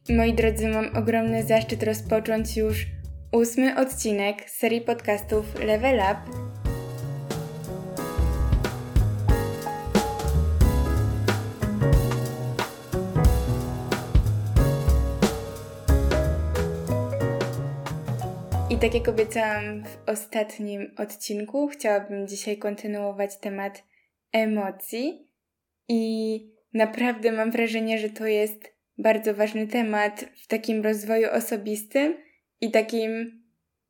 Moi drodzy, mam ogromny zaszczyt rozpocząć już 8. odcinek serii podcastów Level Up. I tak jak obiecałam w ostatnim odcinku, chciałabym dzisiaj kontynuować temat emocji i naprawdę mam wrażenie, że to jest bardzo ważny temat w takim rozwoju osobistym i takim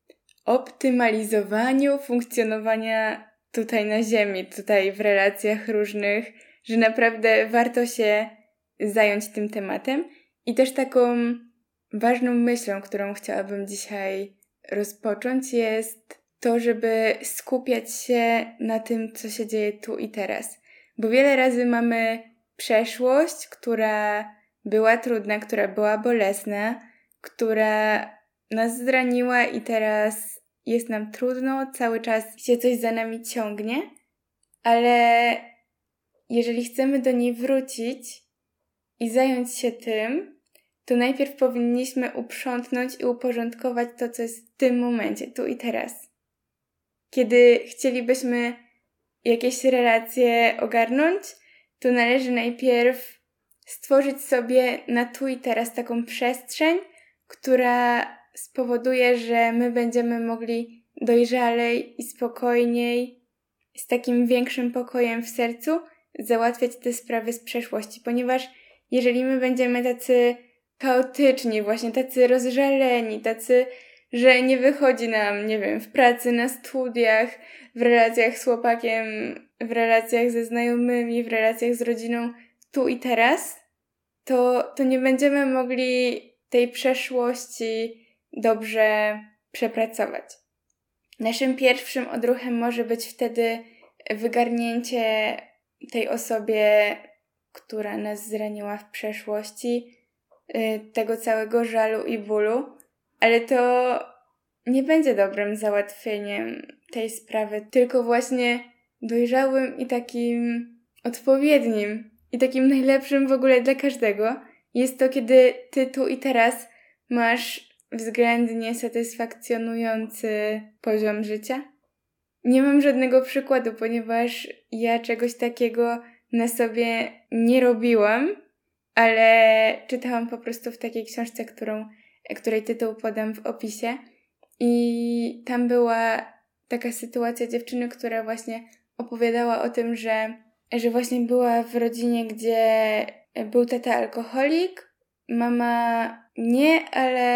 optymalizowaniu funkcjonowania tutaj na ziemi, tutaj w relacjach różnych, że naprawdę warto się zająć tym tematem. I też taką ważną myślą, którą chciałabym dzisiaj rozpocząć, jest to, żeby skupiać się na tym, co się dzieje tu i teraz. Bo wiele razy mamy przeszłość, która była trudna, która była bolesna, która nas zraniła i teraz jest nam trudno, cały czas się coś za nami ciągnie, ale jeżeli chcemy do niej wrócić i zająć się tym, to najpierw powinniśmy uprzątnąć i uporządkować to, co jest w tym momencie, tu i teraz. Kiedy chcielibyśmy jakieś relacje ogarnąć, to należy najpierw stworzyć sobie na tu i teraz taką przestrzeń, która spowoduje, że my będziemy mogli dojrzalej i spokojniej, z takim większym pokojem w sercu załatwiać te sprawy z przeszłości, ponieważ jeżeli my będziemy tacy chaotyczni, właśnie tacy rozżaleni, tacy, że nie wychodzi nam, nie wiem, w pracy, na studiach, w relacjach z chłopakiem, w relacjach ze znajomymi, w relacjach z rodziną, tu i teraz, to nie będziemy mogli tej przeszłości dobrze przepracować. Naszym pierwszym odruchem może być wtedy wygarnięcie tej osobie, która nas zraniła w przeszłości, tego całego żalu i bólu, ale to nie będzie dobrym załatwieniem tej sprawy, tylko właśnie dojrzałym i takim odpowiednim i takim najlepszym w ogóle dla każdego jest to, kiedy ty tu i teraz masz względnie satysfakcjonujący poziom życia. Nie mam żadnego przykładu, ponieważ ja czegoś takiego na sobie nie robiłam, ale czytałam po prostu w takiej książce, której tytuł podam w opisie. I tam była taka sytuacja dziewczyny, która właśnie opowiadała o tym, że właśnie była w rodzinie, gdzie był tata alkoholik, mama nie,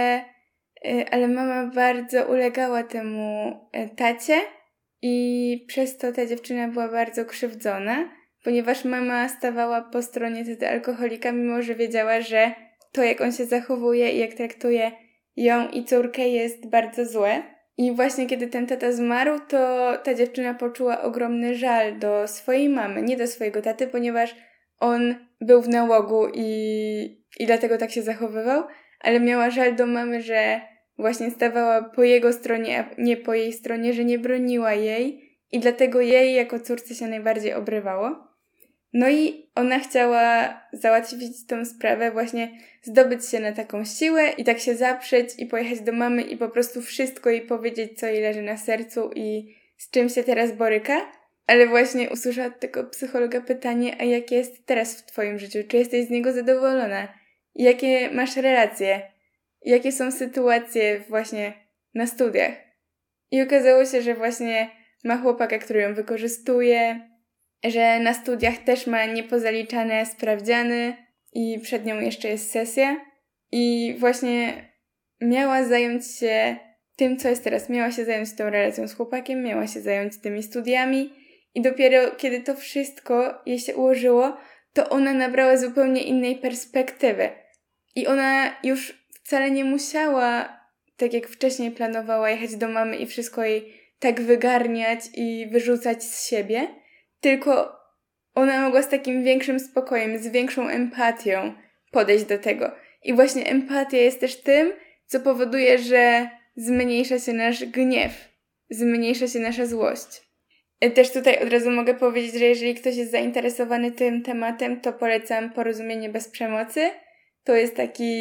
ale mama bardzo ulegała temu tacie i przez to ta dziewczyna była bardzo krzywdzona, ponieważ mama stawała po stronie taty alkoholika, mimo że wiedziała, że to, jak on się zachowuje i jak traktuje ją i córkę, jest bardzo złe. I właśnie kiedy ten tata zmarł, to ta dziewczyna poczuła ogromny żal do swojej mamy, nie do swojego taty, ponieważ on był w nałogu i dlatego tak się zachowywał, ale miała żal do mamy, że właśnie stawała po jego stronie, a nie po jej stronie, że nie broniła jej i dlatego jej jako córce się najbardziej obrywało. No i ona chciała załatwić tą sprawę, właśnie zdobyć się na taką siłę i tak się zaprzeć i pojechać do mamy i po prostu wszystko jej powiedzieć, co jej leży na sercu i z czym się teraz boryka. Ale właśnie usłyszała od tego psychologa pytanie, a jakie jest teraz w twoim życiu? Czy jesteś z niego zadowolona? Jakie masz relacje? Jakie są sytuacje właśnie na studiach? I okazało się, że właśnie ma chłopaka, który ją wykorzystuje, że na studiach też ma niepozaliczane sprawdziany i przed nią jeszcze jest sesja i właśnie miała zająć się tym, co jest teraz. Miała się zająć tą relacją z chłopakiem, miała się zająć tymi studiami i dopiero kiedy to wszystko jej się ułożyło, to ona nabrała zupełnie innej perspektywy i ona już wcale nie musiała, tak jak wcześniej planowała, jechać do mamy i wszystko jej tak wygarniać i wyrzucać z siebie, tylko ona mogła z takim większym spokojem, z większą empatią podejść do tego. I właśnie empatia jest też tym, co powoduje, że zmniejsza się nasz gniew, zmniejsza się nasza złość. Też tutaj od razu mogę powiedzieć, że jeżeli ktoś jest zainteresowany tym tematem, to polecam Porozumienie bez przemocy. To jest taki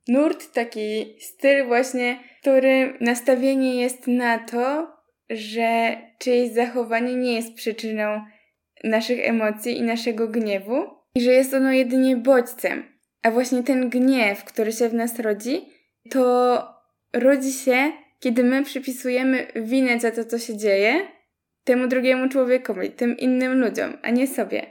nurt, taki styl właśnie, w którym nastawienie jest na to, że czyjeś zachowanie nie jest przyczyną naszych emocji i naszego gniewu i że jest ono jedynie bodźcem. A właśnie ten gniew, który się w nas rodzi, to rodzi się, kiedy my przypisujemy winę za to, co się dzieje, temu drugiemu człowiekowi, tym innym ludziom, a nie sobie.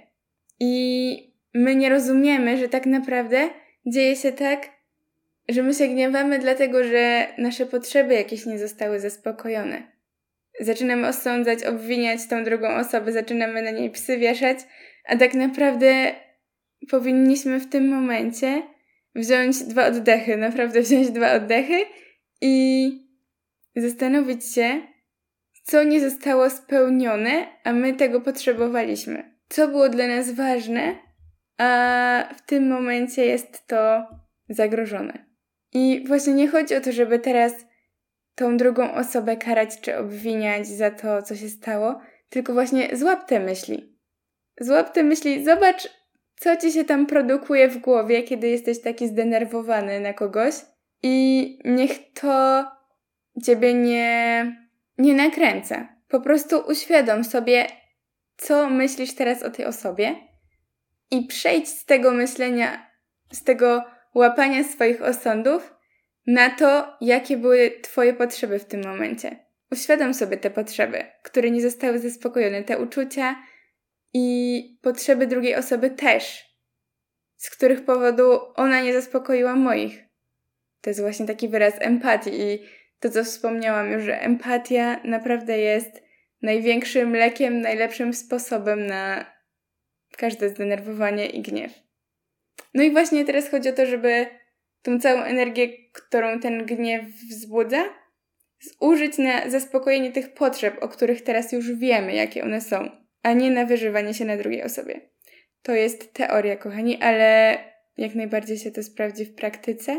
I my nie rozumiemy, że tak naprawdę dzieje się tak, że my się gniewamy dlatego, że nasze potrzeby jakieś nie zostały zaspokojone. Zaczynamy osądzać, obwiniać tą drugą osobę, zaczynamy na niej psy wieszać, a tak naprawdę powinniśmy w tym momencie wziąć 2 oddechy, naprawdę wziąć 2 oddechy i zastanowić się, co nie zostało spełnione, a my tego potrzebowaliśmy. Co było dla nas ważne, a w tym momencie jest to zagrożone. I właśnie nie chodzi o to, żeby teraz tą drugą osobę karać czy obwiniać za to, co się stało, tylko właśnie złap te myśli. Złap te myśli, zobacz, co ci się tam produkuje w głowie, kiedy jesteś taki zdenerwowany na kogoś i niech to ciebie nie nakręca. Po prostu uświadom sobie, co myślisz teraz o tej osobie i przejdź z tego myślenia, z tego łapania swoich osądów na to, jakie były twoje potrzeby w tym momencie. Uświadom sobie te potrzeby, które nie zostały zaspokojone, te uczucia i potrzeby drugiej osoby też, z których powodu ona nie zaspokoiła moich. To jest właśnie taki wyraz empatii i to, co wspomniałam już, że empatia naprawdę jest największym lekiem, najlepszym sposobem na każde zdenerwowanie i gniew. No i właśnie teraz chodzi o to, żeby tą całą energię, którą ten gniew wzbudza, zużyć na zaspokojenie tych potrzeb, o których teraz już wiemy, jakie one są, a nie na wyżywanie się na drugiej osobie. To jest teoria, kochani, ale jak najbardziej się to sprawdzi w praktyce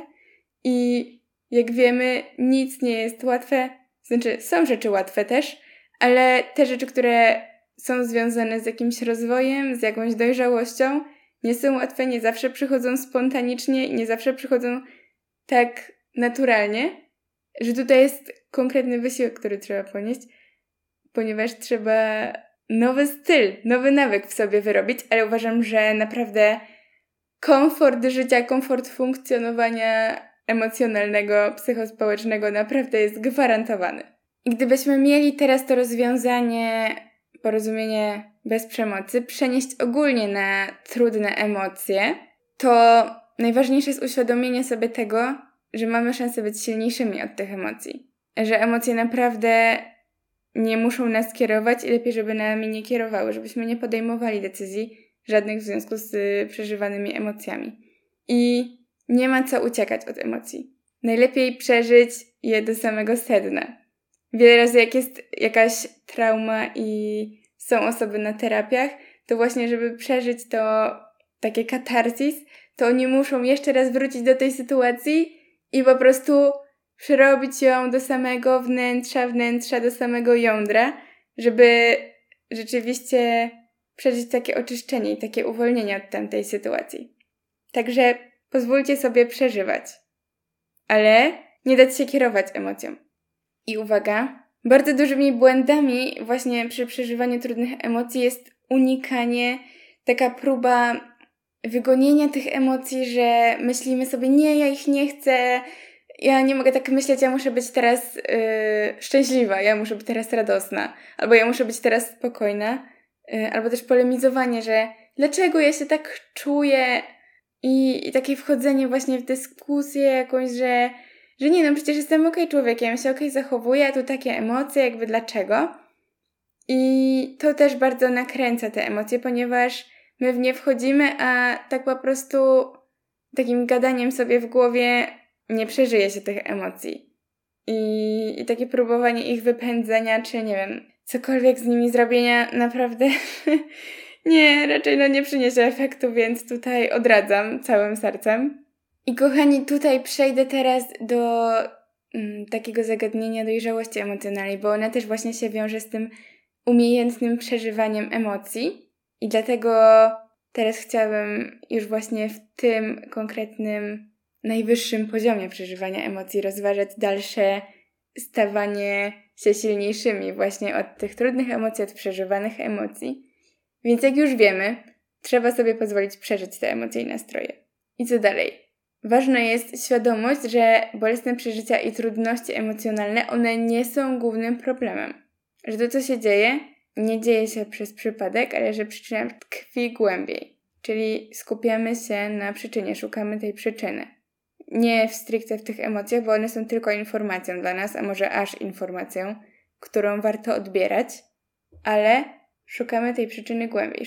i jak wiemy, nic nie jest łatwe, znaczy są rzeczy łatwe też, ale te rzeczy, które są związane z jakimś rozwojem, z jakąś dojrzałością, nie są łatwe, nie zawsze przychodzą spontanicznie i nie zawsze przychodzą tak naturalnie, że tutaj jest konkretny wysiłek, który trzeba ponieść, ponieważ trzeba nowy styl, nowy nawyk w sobie wyrobić, ale uważam, że naprawdę komfort życia, komfort funkcjonowania emocjonalnego, psychospołecznego naprawdę jest gwarantowany. I gdybyśmy mieli teraz to rozwiązanie, porozumienie bez przemocy, przenieść ogólnie na trudne emocje, to najważniejsze jest uświadomienie sobie tego, że mamy szansę być silniejszymi od tych emocji. Że emocje naprawdę nie muszą nas kierować i lepiej, żeby nami nie kierowały, żebyśmy nie podejmowali decyzji żadnych w związku z przeżywanymi emocjami. I nie ma co uciekać od emocji. Najlepiej przeżyć je do samego sedna. Wiele razy jak jest jakaś trauma i są osoby na terapiach, to właśnie żeby przeżyć to takie katarzis, to oni muszą jeszcze raz wrócić do tej sytuacji i po prostu przerobić ją do samego wnętrza, do samego jądra, żeby rzeczywiście przeżyć takie oczyszczenie i takie uwolnienie od tamtej sytuacji. Także pozwólcie sobie przeżywać, ale nie dać się kierować emocjom. I uwaga, bardzo dużymi błędami właśnie przy przeżywaniu trudnych emocji jest unikanie, taka próba wygonienia tych emocji, że myślimy sobie, nie, ja ich nie chcę, ja nie mogę tak myśleć, ja muszę być teraz szczęśliwa, ja muszę być teraz radosna, albo ja muszę być teraz spokojna, albo też polemizowanie, że dlaczego ja się tak czuję i takie wchodzenie właśnie w dyskusję jakąś, że nie, no przecież jestem okej człowiekiem, ja się okej zachowuję, a tu takie emocje, jakby dlaczego? I to też bardzo nakręca te emocje, ponieważ my w nie wchodzimy, a tak po prostu takim gadaniem sobie w głowie nie przeżyje się tych emocji. I takie próbowanie ich wypędzenia, czy nie wiem, cokolwiek z nimi zrobienia naprawdę nie, raczej nie przyniesie efektu, więc tutaj odradzam całym sercem. I kochani, tutaj przejdę teraz do takiego zagadnienia dojrzałości emocjonalnej, bo ona też właśnie się wiąże z tym umiejętnym przeżywaniem emocji. I dlatego teraz chciałabym już właśnie w tym konkretnym najwyższym poziomie przeżywania emocji, rozważać dalsze stawanie się silniejszymi właśnie od tych trudnych emocji, od przeżywanych emocji. Więc jak już wiemy, trzeba sobie pozwolić przeżyć te emocje i nastroje. I co dalej? Ważna jest świadomość, że bolesne przeżycia i trudności emocjonalne, one nie są głównym problemem. Że to, co się dzieje, nie dzieje się przez przypadek, ale że przyczyna tkwi głębiej. Czyli skupiamy się na przyczynie, szukamy tej przyczyny. Nie stricte w tych emocjach, bo one są tylko informacją dla nas, a może aż informacją, którą warto odbierać, ale szukamy tej przyczyny głębiej.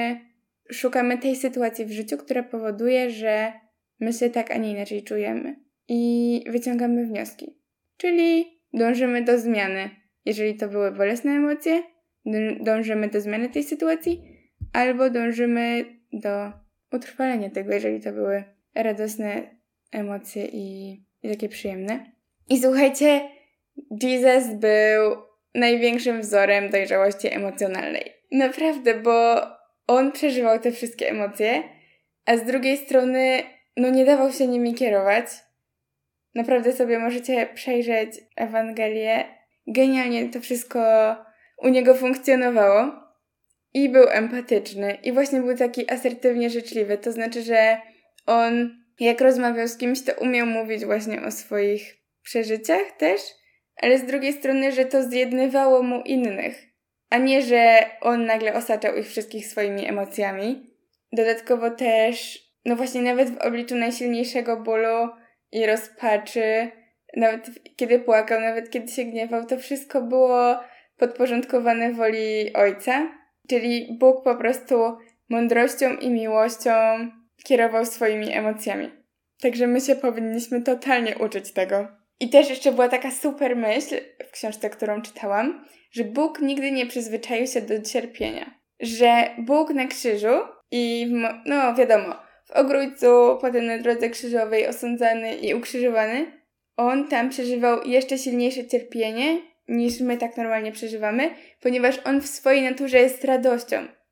Szukamy tej sytuacji w życiu, która powoduje, że my się tak, a nie inaczej czujemy. I wyciągamy wnioski. Czyli dążymy do zmiany. Jeżeli to były bolesne emocje, dążymy do zmiany tej sytuacji, albo dążymy do utrwalenia tego, jeżeli to były radosne emocje i takie przyjemne. I słuchajcie, Jesus był największym wzorem dojrzałości emocjonalnej. Naprawdę, bo on przeżywał te wszystkie emocje, a z drugiej strony nie dawał się nimi kierować. Naprawdę sobie możecie przejrzeć Ewangelię. Genialnie to wszystko u niego funkcjonowało. I był empatyczny. I właśnie był taki asertywnie życzliwy. To znaczy, że on jak rozmawiał z kimś, to umiał mówić właśnie o swoich przeżyciach też, ale z drugiej strony, że to zjednywało mu innych, a nie, że on nagle osaczał ich wszystkich swoimi emocjami. Dodatkowo też, właśnie nawet w obliczu najsilniejszego bólu i rozpaczy, nawet kiedy płakał, nawet kiedy się gniewał, to wszystko było podporządkowane woli Ojca, czyli Bóg po prostu mądrością i miłością kierował swoimi emocjami. Także my się powinniśmy totalnie uczyć tego. I też jeszcze była taka super myśl w książce, którą czytałam, że Bóg nigdy nie przyzwyczaił się do cierpienia. Że Bóg na krzyżu i wiadomo, w Ogrójcu, potem na drodze krzyżowej osądzany i ukrzyżowany, on tam przeżywał jeszcze silniejsze cierpienie niż my tak normalnie przeżywamy, ponieważ on w swojej naturze jest radością.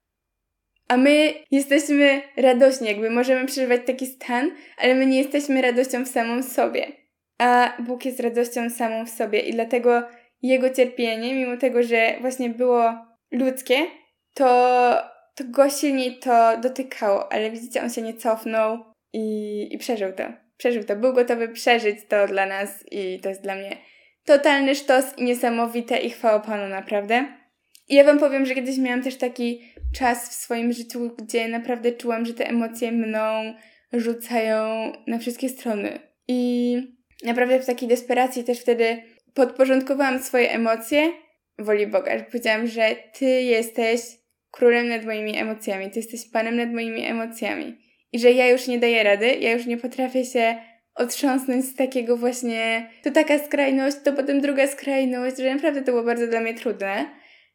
A my jesteśmy radośni, jakby możemy przeżywać taki stan, ale my nie jesteśmy radością w samą sobie. A Bóg jest radością samą w sobie i dlatego Jego cierpienie, mimo tego, że właśnie było ludzkie, to go silniej to dotykało, ale widzicie, on się nie cofnął i przeżył to. Przeżył to. Był gotowy przeżyć to dla nas i to jest dla mnie totalny sztos i niesamowite i chwała Panu, naprawdę. I ja wam powiem, że kiedyś miałam też taki czas w swoim życiu, gdzie naprawdę czułam, że te emocje mną rzucają na wszystkie strony. I naprawdę w takiej desperacji też wtedy podporządkowałam swoje emocje woli Boga. Powiedziałam, że Ty jesteś królem nad moimi emocjami, Ty jesteś Panem nad moimi emocjami. I że ja już nie daję rady, ja już nie potrafię się otrząsnąć z takiego właśnie, to taka skrajność, to potem druga skrajność, że naprawdę to było bardzo dla mnie trudne.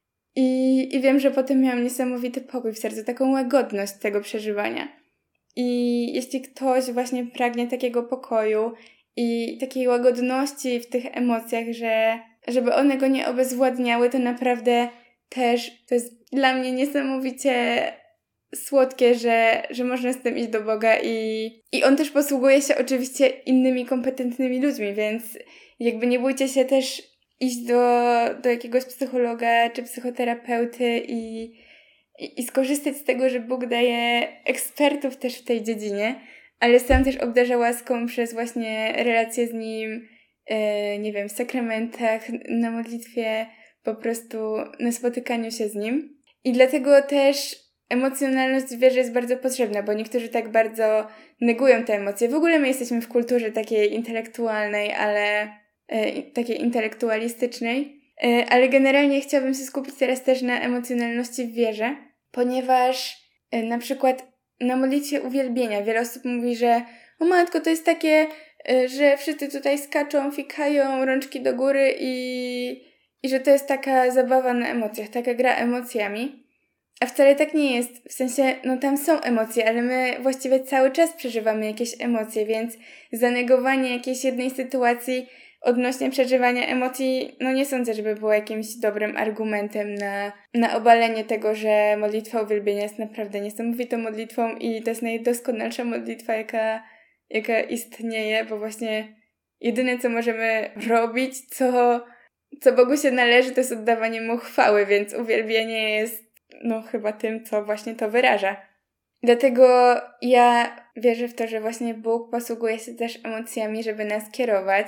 I wiem, że potem miałam niesamowity pokój w sercu, taką łagodność tego przeżywania. I jeśli ktoś właśnie pragnie takiego pokoju i takiej łagodności w tych emocjach, żeby one go nie obezwładniały, to naprawdę też to jest dla mnie niesamowicie słodkie, że można z tym iść do Boga i On też posługuje się oczywiście innymi kompetentnymi ludźmi, więc jakby nie bójcie się też iść do jakiegoś psychologa czy psychoterapeuty i skorzystać z tego, że Bóg daje ekspertów też w tej dziedzinie, ale sam też obdarza łaską przez właśnie relacje z Nim, w sakramentach, na modlitwie, po prostu na spotykaniu się z Nim. I dlatego też emocjonalność w wierze jest bardzo potrzebna, bo niektórzy tak bardzo negują te emocje. W ogóle my jesteśmy w kulturze takiej intelektualnej, takiej intelektualistycznej, ale generalnie chciałabym się skupić teraz też na emocjonalności w wierze, ponieważ na przykład na modlitwie uwielbienia wiele osób mówi, że o matko, to jest takie, że wszyscy tutaj skaczą, fikają, rączki do góry i że to jest taka zabawa na emocjach, taka gra emocjami. A wcale tak nie jest. W sensie, tam są emocje, ale my właściwie cały czas przeżywamy jakieś emocje, więc zanegowanie jakiejś jednej sytuacji odnośnie przeżywania emocji, nie sądzę, żeby było jakimś dobrym argumentem na obalenie tego, że modlitwa uwielbienia jest naprawdę niesamowitą modlitwą i to jest najdoskonalsza modlitwa, jaka istnieje, bo właśnie jedyne, co możemy robić, co Bogu się należy, to jest oddawanie Mu chwały, więc uwielbienie jest chyba tym, co właśnie to wyraża. Dlatego ja wierzę w to, że właśnie Bóg posługuje się też emocjami, żeby nas kierować,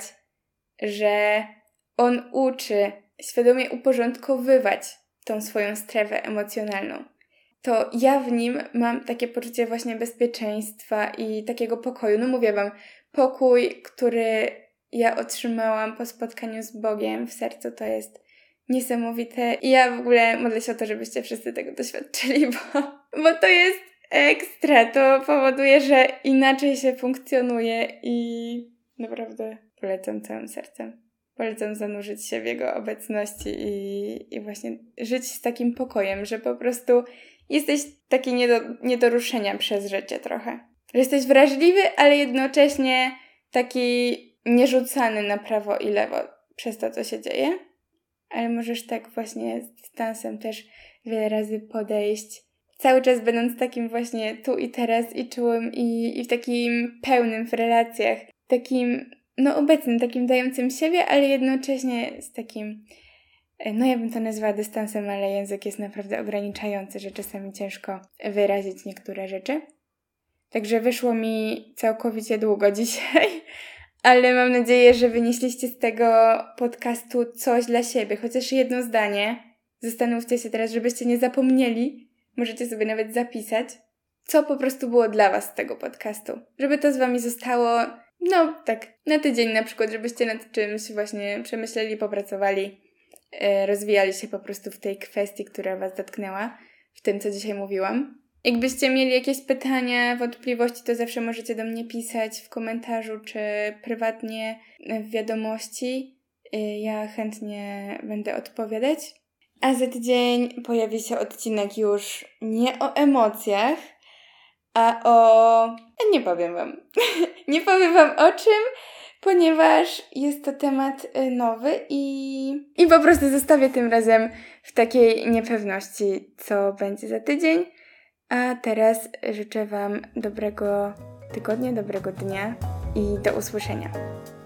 że On uczy świadomie uporządkowywać tą swoją strefę emocjonalną. To ja w Nim mam takie poczucie właśnie bezpieczeństwa i takiego pokoju. Mówię Wam, pokój, który ja otrzymałam po spotkaniu z Bogiem w sercu, to jest niesamowite. I ja w ogóle modlę się o to, żebyście wszyscy tego doświadczyli, bo to jest ekstra. To powoduje, że inaczej się funkcjonuje i naprawdę polecam całym sercem. Polecam zanurzyć się w Jego obecności i właśnie żyć z takim pokojem, że po prostu jesteś taki nie do ruszenia przez życie trochę. Że jesteś wrażliwy, ale jednocześnie taki nierzucany na prawo i lewo przez to, co się dzieje. Ale możesz tak właśnie z dystansem też wiele razy podejść. Cały czas będąc takim właśnie tu i teraz i czułym i w takim pełnym w relacjach. Takim obecnym, takim dającym siebie, ale jednocześnie z takim, ja bym to nazwała dystansem, ale język jest naprawdę ograniczający, że czasami ciężko wyrazić niektóre rzeczy. Także wyszło mi całkowicie długo dzisiaj, ale mam nadzieję, że wynieśliście z tego podcastu coś dla siebie, chociaż jedno zdanie. Zastanówcie się teraz, żebyście nie zapomnieli, możecie sobie nawet zapisać, co po prostu było dla was z tego podcastu. Żeby to z wami zostało tak, na tydzień na przykład, żebyście nad czymś właśnie przemyśleli, popracowali, rozwijali się po prostu w tej kwestii, która was dotknęła, w tym, co dzisiaj mówiłam. Jakbyście mieli jakieś pytania, wątpliwości, to zawsze możecie do mnie pisać w komentarzu, czy prywatnie w wiadomości. Ja chętnie będę odpowiadać. A za tydzień pojawi się odcinek już nie o emocjach, nie powiem wam. Nie powiem wam o czym, ponieważ jest to temat nowy i po prostu zostawię tym razem w takiej niepewności, co będzie za tydzień. A teraz życzę wam dobrego tygodnia, dobrego dnia i do usłyszenia.